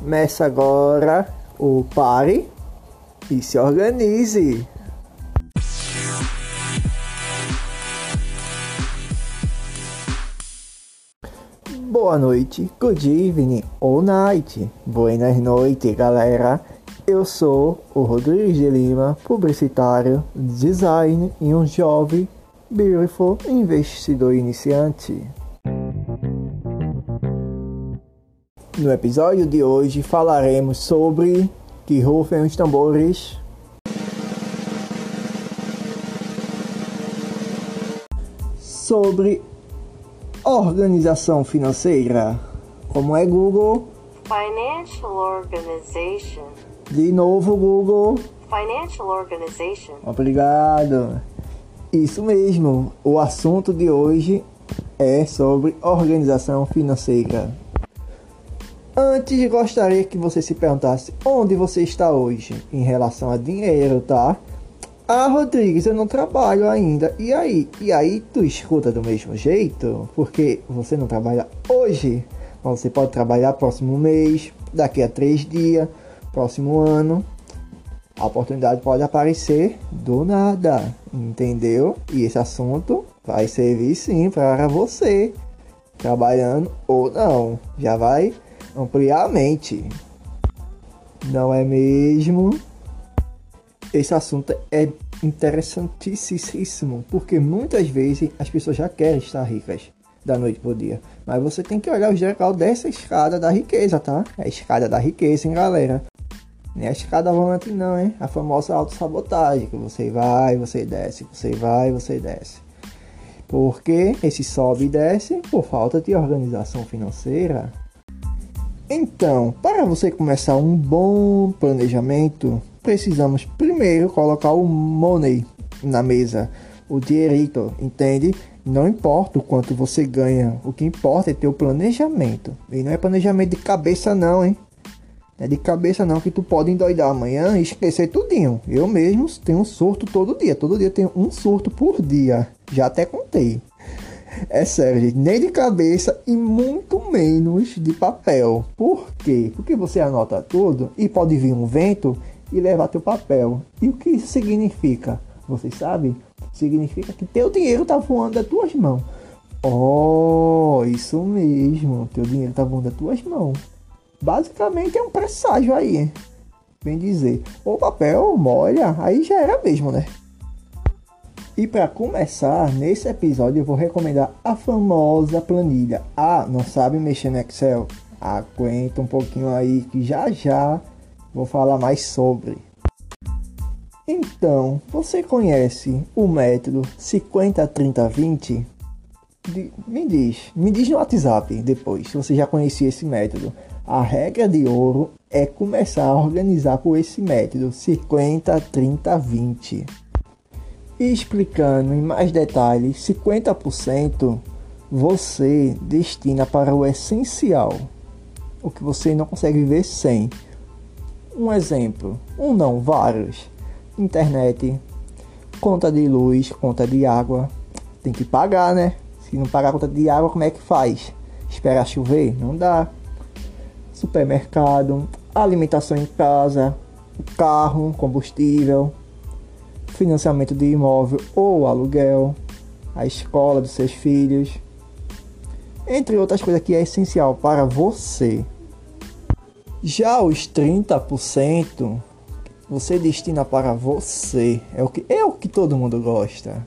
Começa agora o Pare e se organize. Boa noite, good evening ou night. Buenas noites, galera. Eu sou o Rodrigues de Lima, publicitário, design e um jovem, beautiful investidor iniciante. No episódio de hoje falaremos sobre que rufem os tambores. Sobre organização financeira. Como é, Google? Financial organization. De novo, Google. Financial organization. Obrigado. Isso mesmo. O assunto de hoje é sobre organização financeira. Antes, gostaria que você se perguntasse onde você está hoje em relação a dinheiro, tá? Ah, Rodrigues, eu não trabalho ainda. E aí? E aí tu escuta do mesmo jeito? Porque você não trabalha hoje. Mas você pode trabalhar próximo mês, daqui a 3 dias, próximo ano. A oportunidade pode aparecer do nada, entendeu? E esse assunto vai servir sim para você, trabalhando ou não. Já vai ampliar a mente, não é mesmo? Esse assunto é interessantíssimo, porque muitas vezes as pessoas já querem estar ricas da noite pro dia, mas você tem que olhar os degraus dessa escada da riqueza, tá? É a escada da riqueza, hein, galera? Não é a escada volante não, hein? A famosa autossabotagem, que você vai, você desce, você vai, você desce. Porque esse sobe e desce por falta de organização financeira. Então, para você começar um bom planejamento, precisamos primeiro colocar o money na mesa, o dinheirito, entende? Não importa o quanto você ganha, o que importa é ter o planejamento. E não é planejamento de cabeça não, hein? Não é de cabeça não, que tu pode endoidar amanhã e esquecer tudinho. Eu mesmo tenho um surto todo dia tenho um surto por dia, já até contei. É sério, gente, nem de cabeça e muito menos de papel. Por quê? Porque você anota tudo e pode vir um vento e levar teu papel. E o que isso significa? Vocês sabem? Significa que teu dinheiro tá voando das tuas mãos. Oh, isso mesmo, teu dinheiro tá voando das tuas mãos. Basicamente é um presságio aí, bem dizer. O papel molha, aí já era mesmo, né? E para começar, nesse episódio eu vou recomendar a famosa planilha. Ah, não sabe mexer no Excel? Aguenta um pouquinho aí que já vou falar mais sobre. Então, você conhece o método 50-30-20? Me diz no WhatsApp depois, se você já conhecia esse método. A regra de ouro é começar a organizar por esse método 50-30-20. E explicando em mais detalhes, 50% você destina para o essencial, o que você não consegue viver sem. Um exemplo, vários. Internet, conta de luz, conta de água, tem que pagar, né? Se não pagar a conta de água, como é que faz? Esperar chover? Não dá. Supermercado, alimentação em casa, carro, combustível, financiamento de imóvel ou aluguel, a escola dos seus filhos, entre outras coisas que é essencial para você. Já os 30% você destina para você, é o que todo mundo gosta.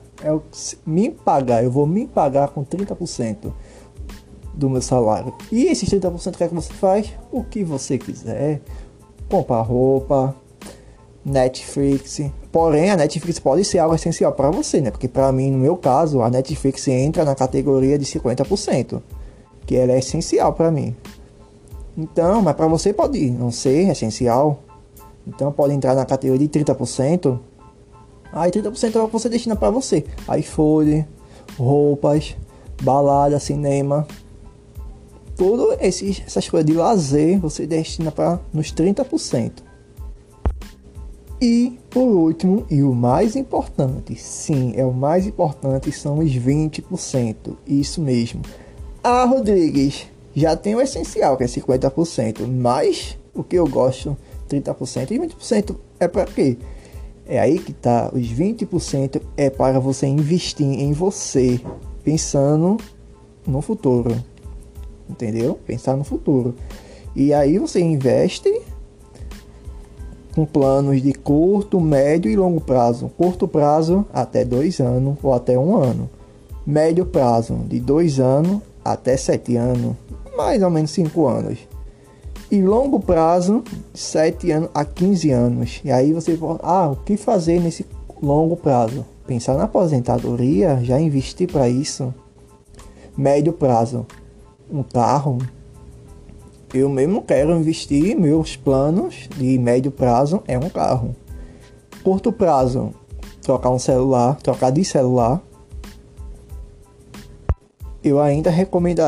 Eu vou me pagar com 30% do meu salário. E esses 30% que é que você faz? O que você quiser. Comprar roupa, Netflix. Porém, a Netflix pode ser algo essencial para você, né? Porque para mim, no meu caso, a Netflix entra na categoria de 50%, que ela é essencial para mim. Então, mas para você pode não ser essencial. Então, pode entrar na categoria de 30%. Aí 30% é o que você destina para você. iPhone, roupas, balada, cinema. Todas essas coisas de lazer você destina para nos 30%. E por último, e o mais importante, sim, é o mais importante, são os 20%. Isso mesmo. Ah, Rodrigues, já tem o essencial, que é 50%, mas O que eu gosto, 30%. E 20% é para quê? É aí que tá. Os 20% é para você investir em você, pensando no futuro. Entendeu? Pensar no futuro. E aí você investe com planos de curto, médio e longo prazo. Curto prazo até 2 anos ou até 1 ano. Médio prazo de 2 anos até 7 anos. Mais ou menos 5 anos. E longo prazo, 7 anos a 15 anos. E aí você fala, o que fazer nesse longo prazo? Pensar na aposentadoria, já investir para isso. Médio prazo, um carro. Eu mesmo quero investir, meus planos de médio prazo é um carro. Curto prazo, trocar de celular. Eu ainda recomendo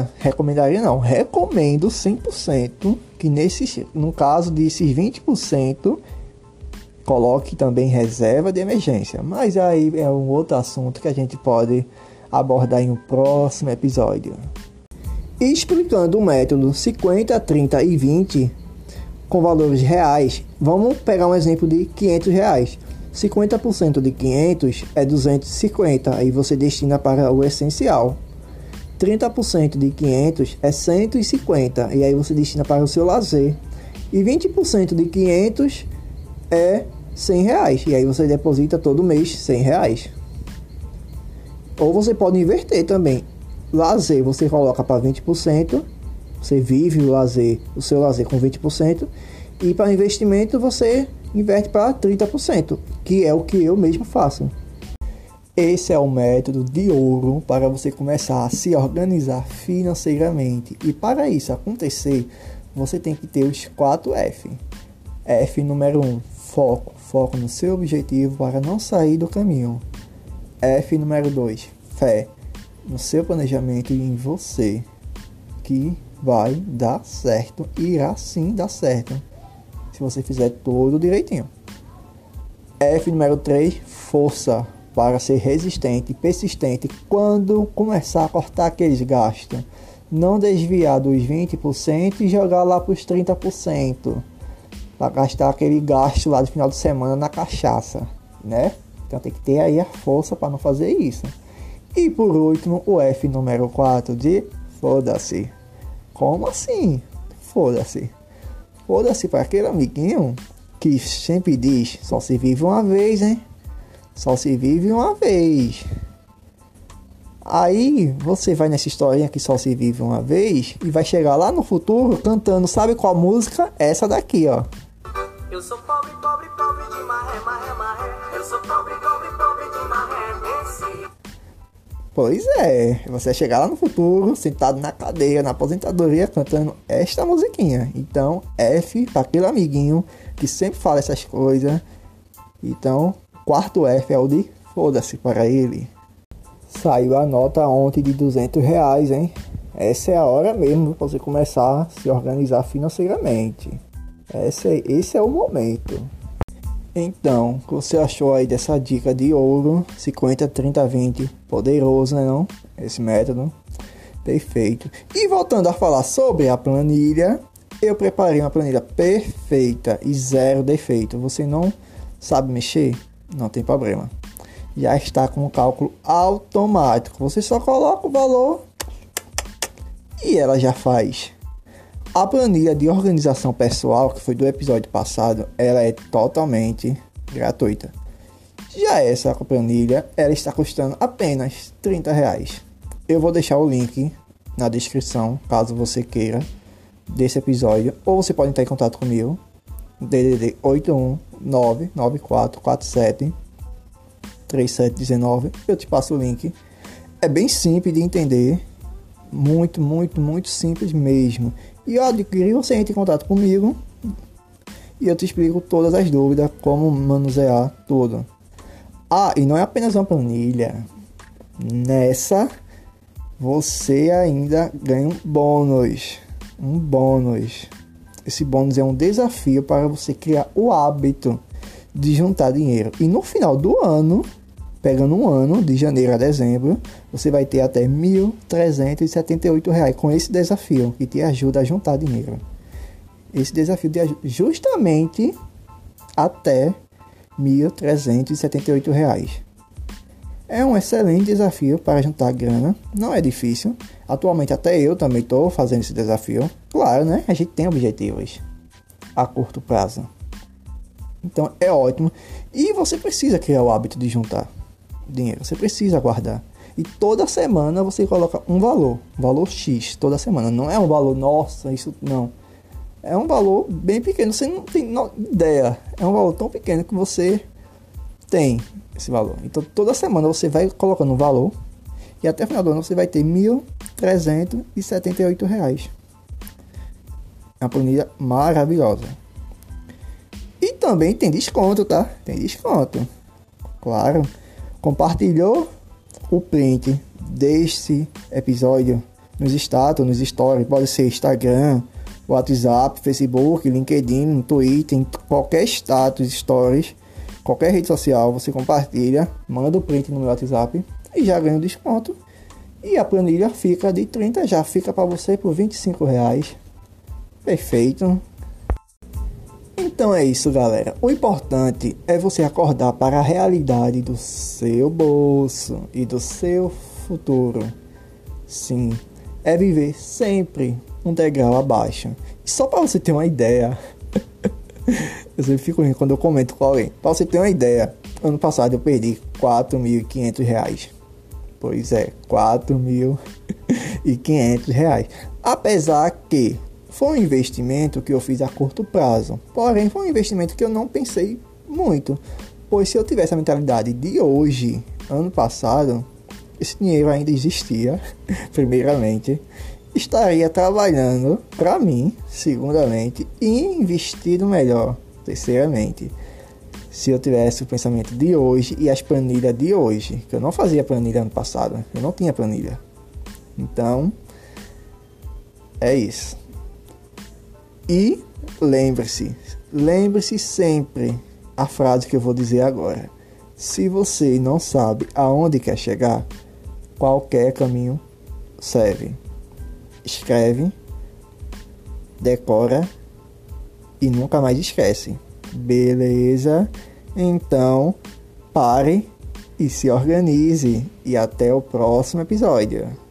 100% que no caso desses 20%, coloque também reserva de emergência. Mas aí é um outro assunto que a gente pode abordar em um próximo episódio. E explicando o método 50, 30 e 20 com valores reais, vamos pegar um exemplo de R$500. 50% de 500 é 250, aí você destina para o essencial. 30% de 500 é 150, e aí você destina para o seu lazer. E 20% de 500 é R$100, e aí você deposita todo mês R$100. Ou você pode inverter também. Lazer você coloca para 20%, você vive o seu lazer com 20%, e para investimento você inverte para 30%, que é o que eu mesmo faço. Esse é o método de ouro para você começar a se organizar financeiramente. E para isso acontecer, você tem que ter os 4 F. F número 1, foco. Foco no seu objetivo para não sair do caminho. F número 2, fé no seu planejamento e em você, que vai dar certo, irá sim dar certo, se você fizer tudo direitinho. F número 3, força para ser resistente e persistente quando começar a cortar aqueles gastos. Não desviar dos 20% e jogar lá para os 30%, para gastar aquele gasto lá do final de semana na cachaça, né? Então tem que ter aí a força para não fazer isso. E por último, o F número 4 de foda-se. Como assim? Foda-se. Foda-se para aquele amiguinho que sempre diz, só se vive uma vez, hein? Só se vive uma vez. Aí você vai nessa historinha que só se vive uma vez e vai chegar lá no futuro cantando, sabe qual música? Essa daqui, ó. Eu sou pobre, pobre, pobre de maré, maré, maré. Eu sou pobre, pobre, pobre de maré, desci. Pois é, você vai chegar lá no futuro, sentado na cadeira, na aposentadoria, cantando esta musiquinha. Então, F para aquele amiguinho que sempre fala essas coisas. Então, quarto F é o de foda-se para ele. Saiu a nota ontem de R$200, hein? Essa é a hora mesmo para você começar a se organizar financeiramente. Esse é o momento. Então, o que você achou aí dessa dica de ouro? 50, 30, 20. Poderoso, né não? Esse método. Perfeito. E voltando a falar sobre a planilha, eu preparei uma planilha perfeita e 0 defeito. Você não sabe mexer? Não tem problema. Já está com o cálculo automático. Você só coloca o valor e ela já faz. A planilha de organização pessoal, que foi do episódio passado, ela é totalmente gratuita. Já essa planilha, ela está custando apenas R$30. Eu vou deixar o link na descrição, caso você queira, desse episódio. Ou você pode entrar em contato comigo, DDD 81994473719. Eu te passo o link. É bem simples de entender. Muito, muito, muito simples mesmo. E eu adquiri, você entra em contato comigo e eu te explico todas as dúvidas, como manusear tudo. E não é apenas uma planilha. Nessa, você ainda ganha um bônus. Esse bônus é um desafio para você criar o hábito de juntar dinheiro. E no final do ano, pegando um ano, de janeiro a dezembro, você vai ter até R$1.378 com esse desafio, que te ajuda a juntar dinheiro. Esse desafio de justamente até R$ 1.378. É um excelente desafio para juntar grana, não é difícil. Atualmente até eu também estou fazendo esse desafio. Claro, né? A gente tem objetivos a curto prazo. Então é ótimo. E você precisa criar o hábito de juntar dinheiro. Você precisa guardar. E toda semana você coloca um valor X, toda semana. Não é um valor, nossa, isso não. É um valor bem pequeno, você não tem ideia. É um valor tão pequeno que você tem esse valor. Então toda semana você vai colocando um valor e até o final do ano você vai ter R$ 1.378. É uma planilha maravilhosa. E também tem desconto, tá? Tem desconto. Claro. Compartilhou o print desse episódio nos status, nos stories. Pode ser Instagram, WhatsApp, Facebook, LinkedIn, Twitter, em qualquer status, stories, qualquer rede social, você compartilha, manda o print no meu WhatsApp e já ganha um desconto. E a planilha fica de 30, já fica para você por R$ 25. Perfeito. Então é isso, galera. O importante é você acordar para a realidade do seu bolso e do seu futuro. Sim, é viver sempre um degrau abaixo. E só para você ter uma ideia, eu sempre fico rindo quando eu comento com alguém. Para você ter uma ideia, ano passado eu perdi R$ 4.500. Pois é, R$ 4.500. Apesar que foi um investimento que eu fiz a curto prazo. Porém, foi um investimento que eu não pensei muito. Pois se eu tivesse a mentalidade de hoje, ano passado, esse dinheiro ainda existia, primeiramente. Estaria trabalhando para mim, segundamente, e investido melhor, terceiramente. Se eu tivesse o pensamento de hoje e as planilhas de hoje, que eu não fazia planilha ano passado, eu não tinha planilha. Então, é isso. E lembre-se sempre a frase que eu vou dizer agora. Se você não sabe aonde quer chegar, qualquer caminho serve. Escreve, decora e nunca mais esquece. Beleza? Então, pare e se organize. E até o próximo episódio.